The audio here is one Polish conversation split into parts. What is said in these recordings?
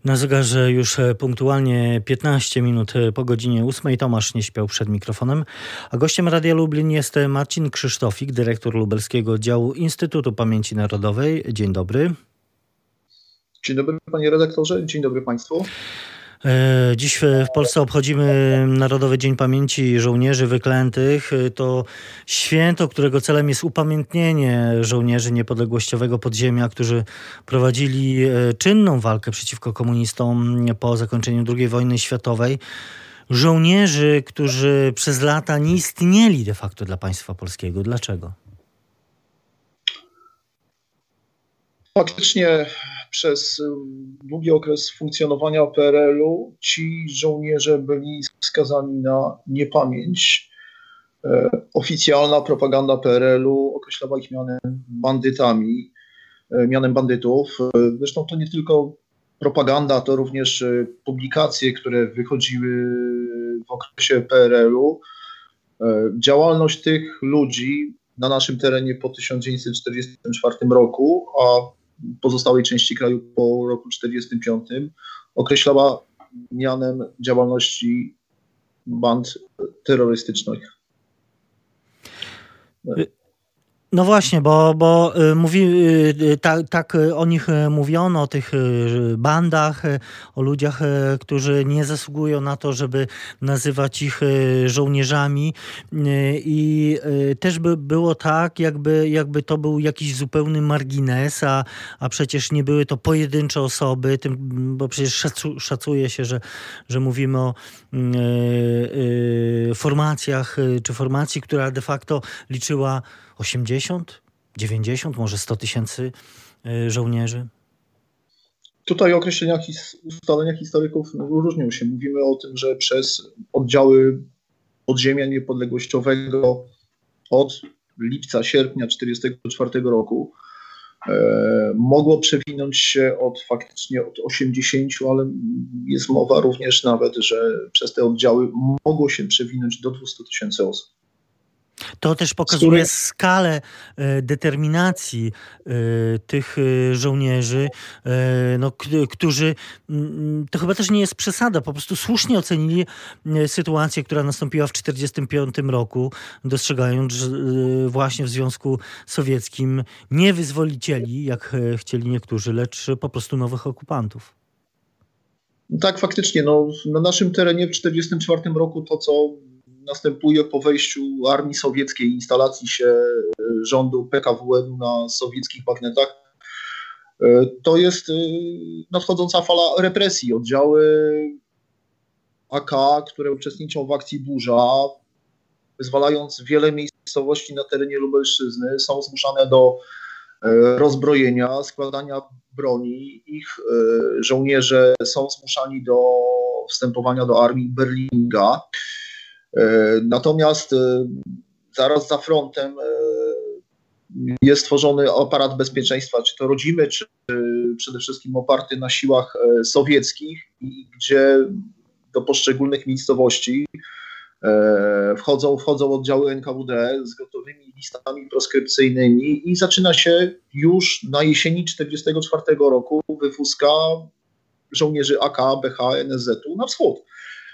Na zegarze już punktualnie 15 minut po godzinie 8. Tomasz nie śpiał przed mikrofonem, a gościem Radia Lublin jest Marcin Krzysztofik, dyrektor lubelskiego oddziału Instytutu Pamięci Narodowej. Dzień dobry. Dzień dobry panie redaktorze, dzień dobry państwu. Dziś w Polsce obchodzimy Narodowy Dzień Pamięci Żołnierzy Wyklętych. To święto, którego celem jest upamiętnienie żołnierzy niepodległościowego podziemia, którzy prowadzili czynną walkę przeciwko komunistom po zakończeniu II wojny światowej. Żołnierzy, którzy przez lata nie istnieli de facto dla państwa polskiego. Dlaczego? Faktycznie przez długi okres funkcjonowania PRL-u ci żołnierze byli skazani na niepamięć. Oficjalna propaganda PRL-u określała ich mianem bandytów. Zresztą to nie tylko propaganda, to również publikacje, które wychodziły w okresie PRL-u. Działalność tych ludzi na naszym terenie po 1944 roku, a pozostałej części kraju po roku 1945 określała mianem działalności band terrorystycznych. No właśnie, bo tak o nich mówiono, o tych bandach, o ludziach, którzy nie zasługują na to, żeby nazywać ich żołnierzami. I też by było tak, jakby to był jakiś zupełny margines, a przecież nie były to pojedyncze osoby, bo przecież szacuje się, że mówimy o formacjach, czy formacji, która de facto liczyła 80, 90, może 100 tysięcy żołnierzy? Tutaj ustalenia historyków różnią się. Mówimy o tym, że przez oddziały podziemia niepodległościowego od lipca, sierpnia 1944 roku mogło przewinąć się faktycznie od 80, ale jest mowa również nawet, że przez te oddziały mogło się przewinąć do 200 tysięcy osób. To też pokazuje skalę determinacji tych żołnierzy, którzy, to chyba też nie jest przesada, po prostu słusznie ocenili sytuację, która nastąpiła w 1945 roku, dostrzegając, że właśnie w Związku Sowieckim nie wyzwolicieli, jak chcieli niektórzy, lecz po prostu nowych okupantów. Tak, faktycznie. Na naszym terenie w 1944 roku to, co następuje po wejściu armii sowieckiej, instalacji się rządu PKWN na sowieckich bagnetach, to jest nadchodząca fala represji. Oddziały AK, które uczestniczą w akcji Burza, wyzwalając wiele miejscowości na terenie Lubelszczyzny, są zmuszane do rozbrojenia, składania broni. Ich żołnierze są zmuszani do wstępowania do armii Berlinga. Natomiast zaraz za frontem jest tworzony aparat bezpieczeństwa, czy to rodzimy, czy przede wszystkim oparty na siłach sowieckich, gdzie do poszczególnych miejscowości wchodzą oddziały NKWD z gotowymi listami proskrypcyjnymi i zaczyna się już na jesieni 1944 roku wywózka żołnierzy AK, BH, NSZ-u na wschód.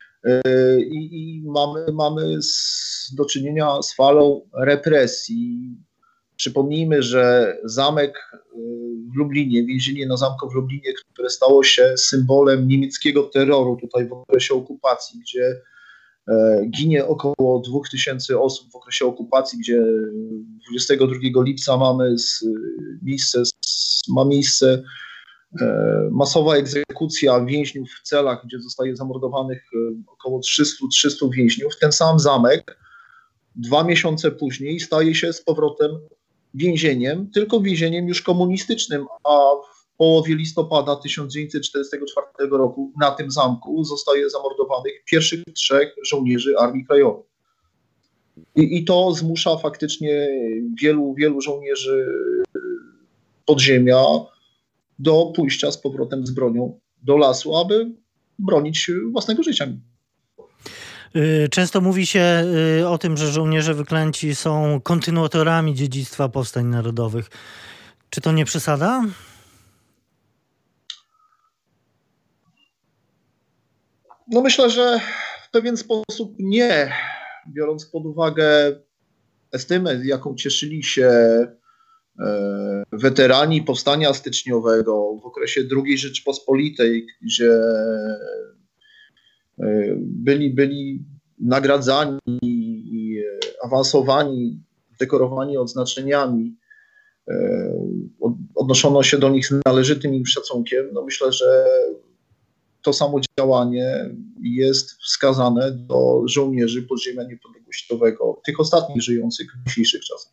I mamy do czynienia z falą represji. Przypomnijmy, że zamek w Lublinie, więzienie na zamku w Lublinie, które stało się symbolem niemieckiego terroru tutaj w okresie okupacji, gdzie ginie około 2000 osób w okresie okupacji, gdzie 22 lipca ma miejsce masowa egzekucja więźniów w celach, gdzie zostaje zamordowanych około 300 więźniów. Ten sam zamek 2 miesiące później staje się z powrotem więzieniem, tylko więzieniem już komunistycznym, a w połowie listopada 1944 roku na tym zamku zostaje zamordowanych pierwszych 3 żołnierzy Armii Krajowej. I to zmusza faktycznie wielu żołnierzy podziemia do pójścia z powrotem z bronią do lasu, aby bronić własnego życia. Często mówi się o tym, że żołnierze wyklęci są kontynuatorami dziedzictwa powstań narodowych. Czy to nie przesada? No myślę, że w pewien sposób nie, biorąc pod uwagę estymę, jaką cieszyli się weterani powstania styczniowego w okresie II Rzeczypospolitej, gdzie byli nagradzani, awansowani, dekorowani odznaczeniami, odnoszono się do nich z należytym im szacunkiem. No myślę, że to samo działanie jest wskazane do żołnierzy podziemia niepodległościowego, tych ostatnich żyjących w dzisiejszych czasach.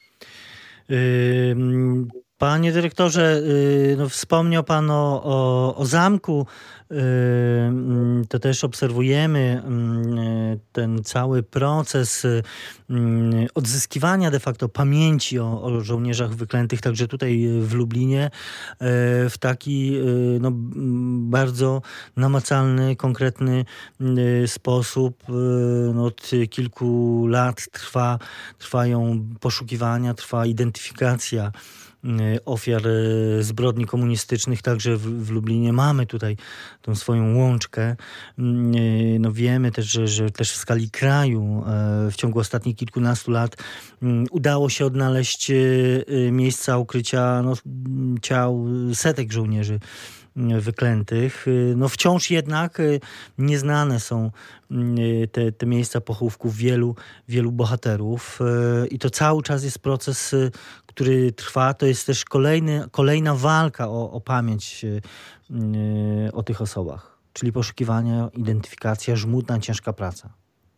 Panie dyrektorze, no wspomniał Pan o zamku. To też obserwujemy ten cały proces odzyskiwania de facto pamięci o żołnierzach wyklętych, także tutaj w Lublinie, w taki no, bardzo namacalny, konkretny sposób. No, od kilku lat trwają poszukiwania, trwa identyfikacja ofiar zbrodni komunistycznych, także w Lublinie mamy tutaj tą swoją łączkę. No wiemy też, że też w skali kraju w ciągu ostatnich kilkunastu lat udało się odnaleźć miejsca ukrycia ciał setek żołnierzy wyklętych. No wciąż jednak nieznane są te miejsca pochówków wielu bohaterów i to cały czas jest proces, który trwa. To jest też kolejna walka o pamięć o tych osobach, czyli poszukiwanie, identyfikacja, żmudna, ciężka praca.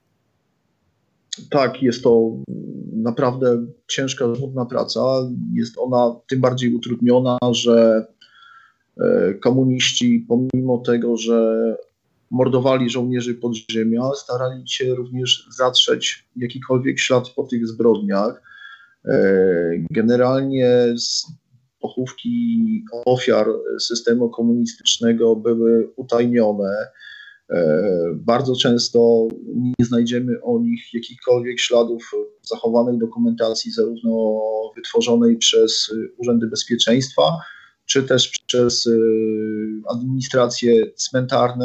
Tak, jest to naprawdę ciężka, żmudna praca. Jest ona tym bardziej utrudniona, że komuniści, pomimo tego, że mordowali żołnierzy podziemia, starali się również zatrzeć jakikolwiek ślad po tych zbrodniach. Generalnie pochówki ofiar systemu komunistycznego były utajnione. Bardzo często nie znajdziemy o nich jakichkolwiek śladów w zachowanej dokumentacji, zarówno wytworzonej przez Urzędy Bezpieczeństwa, czy też przez administracje cmentarne.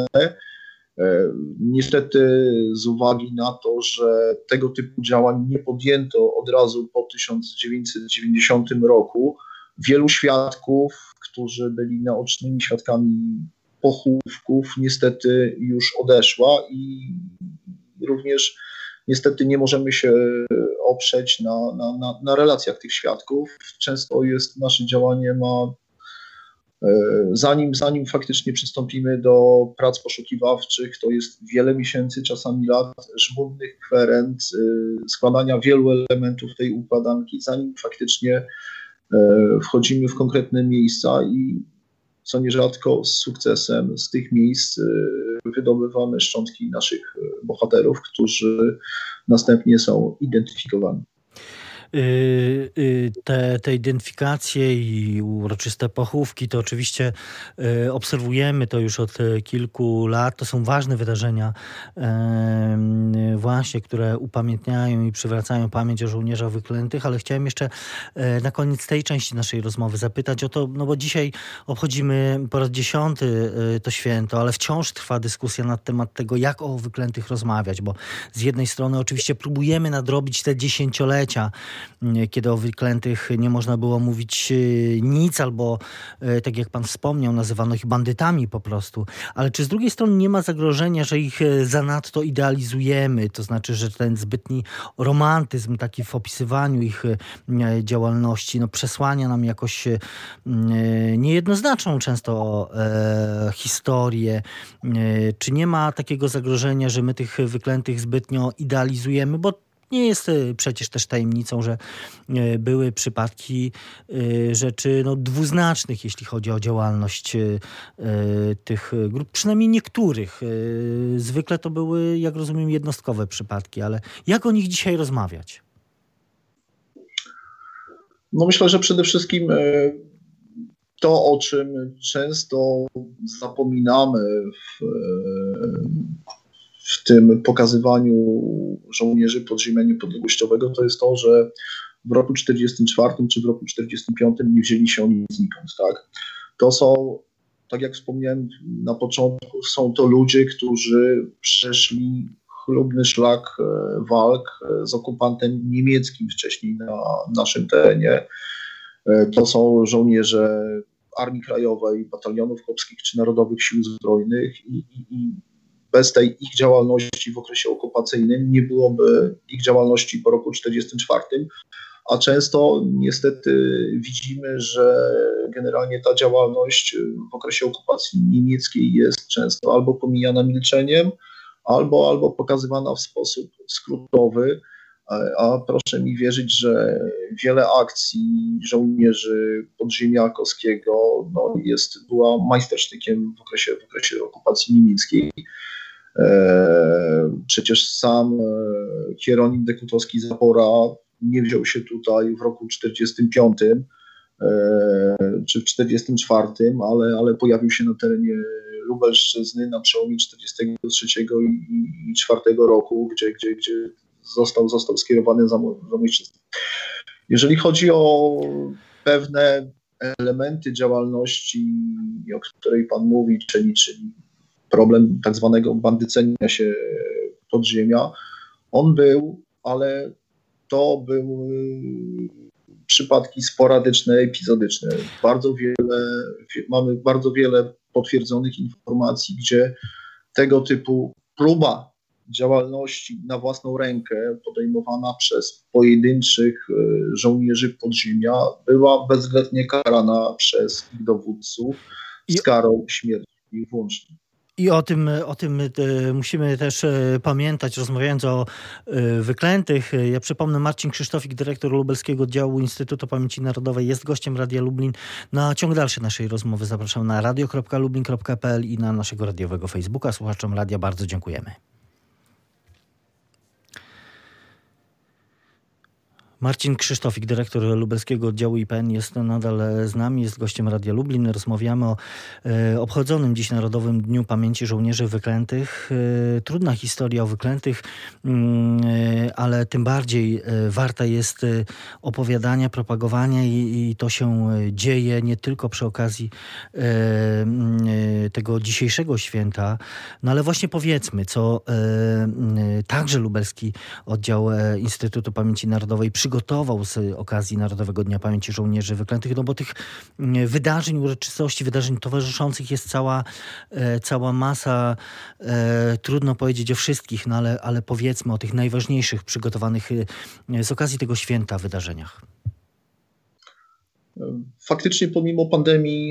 Niestety z uwagi na to, że tego typu działań nie podjęto od razu po 1990 roku, wielu świadków, którzy byli naocznymi świadkami pochówków, niestety już odeszła i również niestety nie możemy się oprzeć na relacjach tych świadków. Często jest nasze działanie zanim faktycznie przystąpimy do prac poszukiwawczych, to jest wiele miesięcy, czasami lat, żmudnych kwerend, składania wielu elementów tej układanki, zanim faktycznie wchodzimy w konkretne miejsca i co nierzadko z sukcesem z tych miejsc wydobywamy szczątki naszych bohaterów, którzy następnie są identyfikowani. Te identyfikacje i uroczyste pochówki to oczywiście obserwujemy to już od kilku lat. To są ważne wydarzenia właśnie, które upamiętniają i przywracają pamięć o żołnierzach wyklętych, ale chciałem jeszcze na koniec tej części naszej rozmowy zapytać o to, no bo dzisiaj obchodzimy po raz 10. to święto, ale wciąż trwa dyskusja na temat tego, jak o wyklętych rozmawiać, bo z jednej strony oczywiście próbujemy nadrobić te dziesięciolecia, kiedy o wyklętych nie można było mówić nic, albo tak jak pan wspomniał, nazywano ich bandytami po prostu. Ale czy z drugiej strony nie ma zagrożenia, że ich zanadto idealizujemy? To znaczy, że ten zbytni romantyzm taki w opisywaniu ich działalności przesłania nam jakoś niejednoznaczną często historię. Czy nie ma takiego zagrożenia, że my tych wyklętych zbytnio idealizujemy? Bo nie jest przecież też tajemnicą, że były przypadki rzeczy dwuznacznych, jeśli chodzi o działalność tych grup, przynajmniej niektórych. Zwykle to były, jak rozumiem, jednostkowe przypadki, ale jak o nich dzisiaj rozmawiać? No myślę, że przede wszystkim to, o czym często zapominamy w tym pokazywaniu żołnierzy podziemia niepodległościowego, to jest to, że w roku 1944 czy w roku 1945 nie wzięli się oni znikąd. Tak? To są tak jak wspomniałem na początku, są to ludzie, którzy przeszli chlubny szlak walk z okupantem niemieckim wcześniej na naszym terenie. To są żołnierze Armii Krajowej, batalionów chłopskich czy Narodowych Sił Zbrojnych i bez tej ich działalności w okresie okupacyjnym nie byłoby ich działalności po roku 1944, a często niestety widzimy, że generalnie ta działalność w okresie okupacji niemieckiej jest często albo pomijana milczeniem, albo pokazywana w sposób skrótowy, a proszę mi wierzyć, że wiele akcji żołnierzy podziemia krakowskiego była majstersztykiem w okresie okupacji niemieckiej. Przecież sam Hieronim Dekutowski-Zapora nie wziął się tutaj w roku 1945 czy w 1944, ale pojawił się na terenie Lubelszczyzny na przełomie 1943 i 1944 roku, gdzie został skierowany za Mojszczyznę. Jeżeli chodzi o pewne elementy działalności, o której Pan mówi, czyli problem tak zwanego bandycenia się podziemia, on był, ale to były przypadki sporadyczne, epizodyczne. Mamy bardzo wiele potwierdzonych informacji, gdzie tego typu próba działalności na własną rękę podejmowana przez pojedynczych żołnierzy podziemia była bezwzględnie karana przez ich dowódców z karą śmierci włącznie. I o tym musimy też pamiętać, rozmawiając o wyklętych. Ja przypomnę, Marcin Krzysztofik, dyrektor Lubelskiego Oddziału Instytutu Pamięci Narodowej, jest gościem Radia Lublin. Na ciąg dalszy naszej rozmowy zapraszam na radio.lublin.pl i na naszego radiowego Facebooka. Słuchaczom radia bardzo dziękujemy. Marcin Krzysztofik, dyrektor Lubelskiego Oddziału IPN, jest nadal z nami, jest gościem Radia Lublin. Rozmawiamy o obchodzonym dziś Narodowym Dniu Pamięci Żołnierzy Wyklętych. Trudna historia o wyklętych, ale tym bardziej warta jest opowiadania, propagowania i to się dzieje nie tylko przy okazji tego dzisiejszego święta, no ale właśnie powiedzmy, co także Lubelski Oddział Instytutu Pamięci Narodowej przygotował z okazji Narodowego Dnia Pamięci Żołnierzy Wyklętych, no bo tych wydarzeń, uroczystości, wydarzeń towarzyszących jest cała masa. Trudno powiedzieć o wszystkich, no ale powiedzmy o tych najważniejszych przygotowanych z okazji tego święta wydarzeniach. Faktycznie pomimo pandemii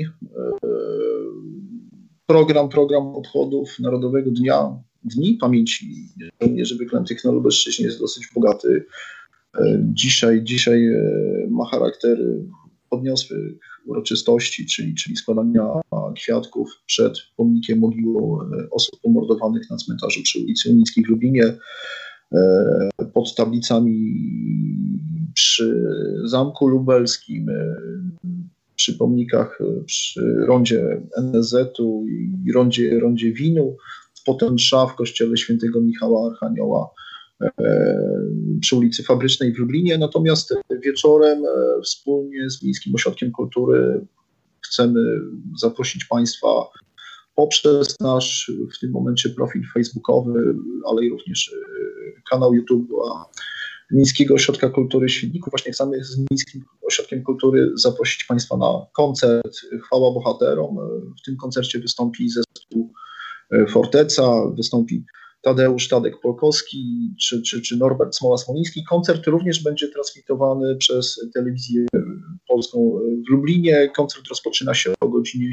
program obchodów Narodowego Dni Pamięci Żołnierzy Wyklętych na Lubelszczyźnie jest dosyć bogaty. Dzisiaj ma charakter podniosłych uroczystości, czyli składania kwiatków przed pomnikiem mogiłą osób pomordowanych na cmentarzu przy ulicy Unickiej w Lublinie, pod tablicami przy Zamku Lubelskim, przy pomnikach przy rondzie NSZ-u i rondzie Winu, potem msza w kościele świętego Michała Archanioła przy ulicy Fabrycznej w Lublinie. Natomiast wieczorem wspólnie z Miejskim Ośrodkiem Kultury chcemy zaprosić Państwa poprzez nasz w tym momencie profil facebookowy, ale i również kanał YouTube Miejskiego Ośrodka Kultury Świdników. Właśnie chcemy z Miejskim Ośrodkiem Kultury zaprosić Państwa na koncert Chwała Bohaterom. W tym koncercie wystąpi zespół Forteca, wystąpi Tadeusz Tadek-Polkowski czy Norbert Smola-Smoliński. Koncert również będzie transmitowany przez telewizję polską w Lublinie. Koncert rozpoczyna się o godzinie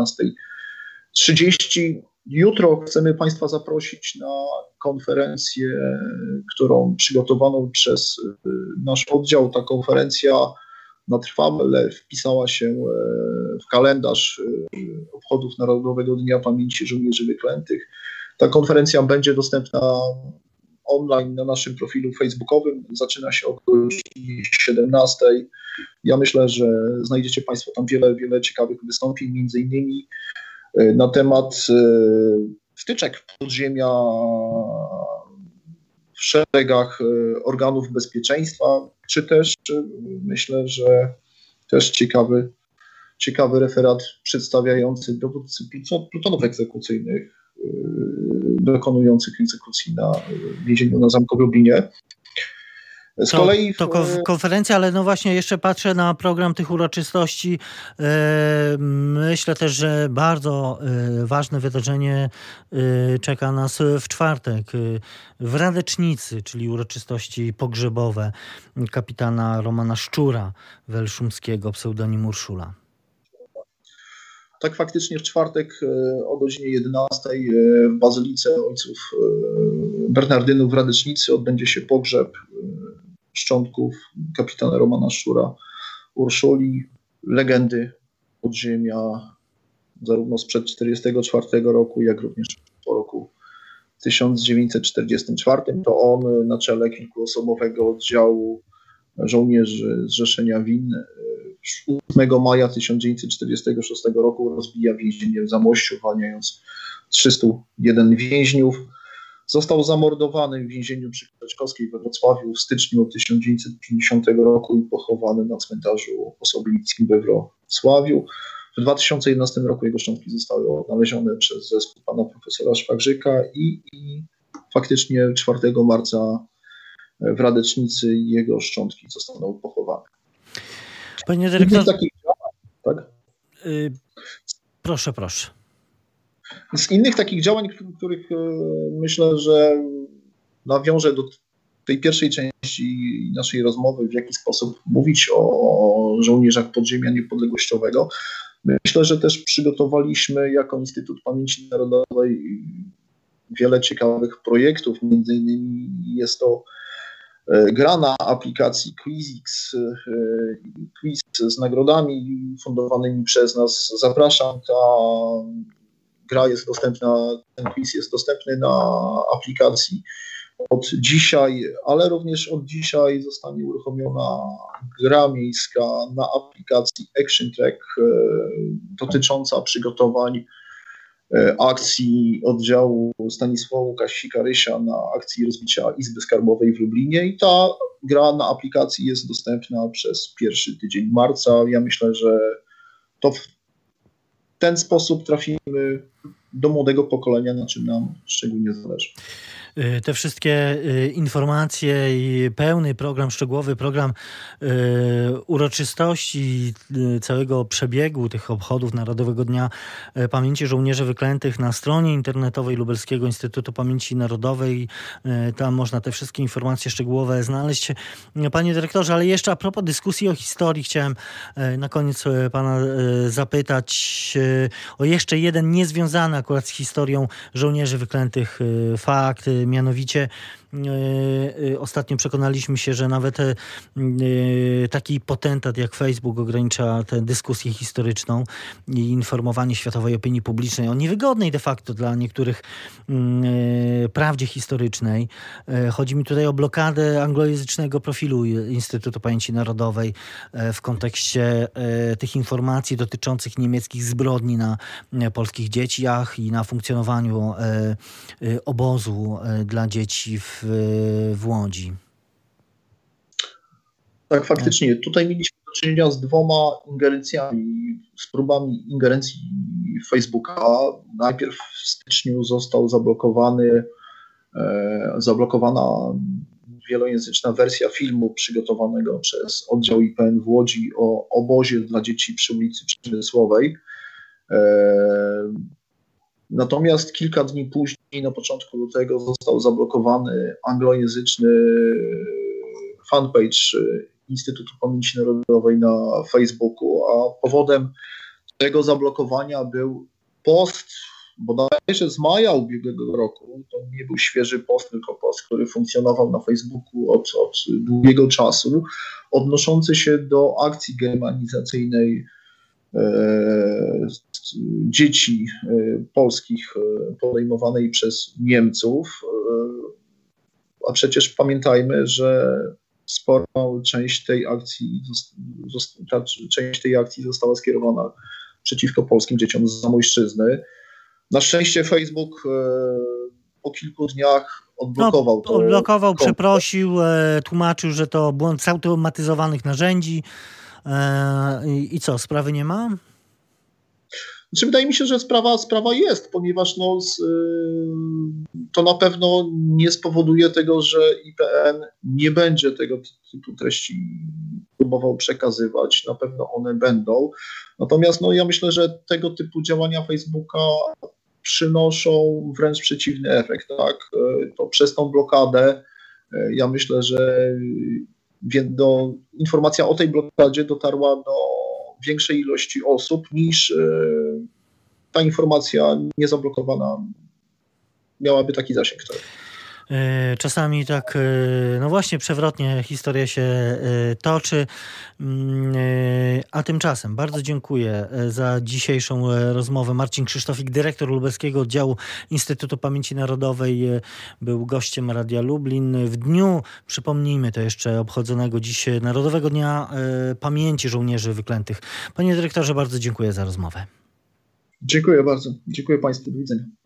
17:30. Jutro chcemy Państwa zaprosić na konferencję, którą przygotowano przez nasz oddział. Ta konferencja na trwale wpisała się w kalendarz obchodów Narodowego Dnia Pamięci Żołnierzy Wyklętych. Ta konferencja będzie dostępna online na naszym profilu facebookowym. Zaczyna się o godzinie 17:00. Ja myślę, że znajdziecie Państwo tam wiele ciekawych wystąpień, między innymi na temat wtyczek podziemia w szeregach organów bezpieczeństwa, czy też myślę, że też ciekawy ciekawy referat przedstawiający dowódcy plutonów egzekucyjnych dokonujących egzekucji na więzieniu na Zamku w Lublinie. Z kolei to konferencja, ale no właśnie jeszcze patrzę na program tych uroczystości. Myślę też, że bardzo ważne wydarzenie czeka nas w czwartek w Radecznicy, czyli uroczystości pogrzebowe kapitana Romana Szczura Welszumskiego, pseudonim Urszula. Tak, faktycznie w czwartek o godzinie 11 w Bazylice Ojców Bernardynów w Radecznicy odbędzie się pogrzeb szczątków kapitana Romana Szczura Urszuli, legendy podziemia zarówno sprzed 1944 roku, jak również po roku 1944. To on na czele kilkuosobowego oddziału żołnierzy Zrzeszenia WIN 8 maja 1946 roku rozbija więzienie w Zamościu, uwalniając 301 więźniów. Został zamordowany w więzieniu przy Kleczkowskiej we Wrocławiu w styczniu 1950 roku i pochowany na cmentarzu osobnickim we Wrocławiu. W 2011 roku jego szczątki zostały odnalezione przez zespół pana profesora Szwagrzyka i faktycznie 4 marca w Radecznicy jego szczątki zostaną pochowane. Panie dyrektorze, tak? Proszę. Z innych takich działań, których myślę, że nawiążę do tej pierwszej części naszej rozmowy, w jaki sposób mówić o żołnierzach podziemia niepodległościowego. Myślę, że też przygotowaliśmy jako Instytut Pamięci Narodowej wiele ciekawych projektów. Między innymi jest to gra na aplikacji Quizix, quiz z nagrodami fundowanymi przez nas. Zapraszam, ta gra jest dostępna, ten quiz jest dostępny na aplikacji od dzisiaj, ale również od dzisiaj zostanie uruchomiona gra miejska na aplikacji Action Track dotycząca przygotowań akcji oddziału Stanisława Łukasika-Rysia na akcji rozbicia Izby Skarbowej w Lublinie i ta gra na aplikacji jest dostępna przez pierwszy tydzień marca. Ja myślę, że to w ten sposób trafimy do młodego pokolenia, na czym nam szczególnie zależy. Te wszystkie informacje i pełny program, szczegółowy program uroczystości całego przebiegu tych obchodów Narodowego Dnia Pamięci Żołnierzy Wyklętych na stronie internetowej Lubelskiego Instytutu Pamięci Narodowej. Tam można te wszystkie informacje szczegółowe znaleźć. Panie dyrektorze, ale jeszcze a propos dyskusji o historii, chciałem na koniec pana zapytać o jeszcze jeden niezwiązany akurat z historią żołnierzy wyklętych fakt. Mianowicie ostatnio przekonaliśmy się, że nawet taki potentat jak Facebook ogranicza tę dyskusję historyczną i informowanie światowej opinii publicznej o niewygodnej de facto dla niektórych prawdzie historycznej. Chodzi mi tutaj o blokadę anglojęzycznego profilu Instytutu Pamięci Narodowej w kontekście tych informacji dotyczących niemieckich zbrodni na polskich dzieciach i na funkcjonowaniu obozu dla dzieci w Łodzi. Tak, faktycznie. Tutaj mieliśmy do czynienia z dwoma ingerencjami, z próbami ingerencji Facebooka. Najpierw w styczniu został zablokowana wielojęzyczna wersja filmu przygotowanego przez oddział IPN w Łodzi o obozie dla dzieci przy ulicy Przemysłowej. Natomiast kilka dni później, na początku lutego, został zablokowany anglojęzyczny fanpage Instytutu Pamięci Narodowej na Facebooku, a powodem tego zablokowania był post bodajże z maja ubiegłego roku. To nie był świeży post, tylko post, który funkcjonował na Facebooku od długiego czasu, odnoszący się do akcji germanizacyjnej dzieci polskich podejmowanej przez Niemców. A przecież pamiętajmy, że spora część tej akcji została skierowana przeciwko polskim dzieciom z Zamojszczyzny. Na szczęście Facebook po kilku dniach odblokował to. Odblokował, przeprosił, tłumaczył, że to błąd z automatyzowanych narzędzi. I co, sprawy nie ma? Znaczy, wydaje mi się, że sprawa jest, ponieważ to na pewno nie spowoduje tego, że IPN nie będzie tego typu treści próbował przekazywać. Na pewno one będą. Natomiast ja myślę, że tego typu działania Facebooka przynoszą wręcz przeciwny efekt. Tak? To przez tą blokadę ja myślę, że informacja o tej blokadzie dotarła do większej ilości osób niż ta informacja niezablokowana miałaby taki zasięg. Czasami tak, no właśnie przewrotnie historia się toczy, a tymczasem bardzo dziękuję za dzisiejszą rozmowę. Marcin Krzysztofik, dyrektor lubelskiego oddziału Instytutu Pamięci Narodowej, był gościem Radia Lublin w dniu, przypomnijmy to jeszcze, obchodzonego dziś Narodowego Dnia Pamięci Żołnierzy Wyklętych. Panie dyrektorze, bardzo dziękuję za rozmowę. Dziękuję bardzo. Dziękuję Państwu. Do widzenia.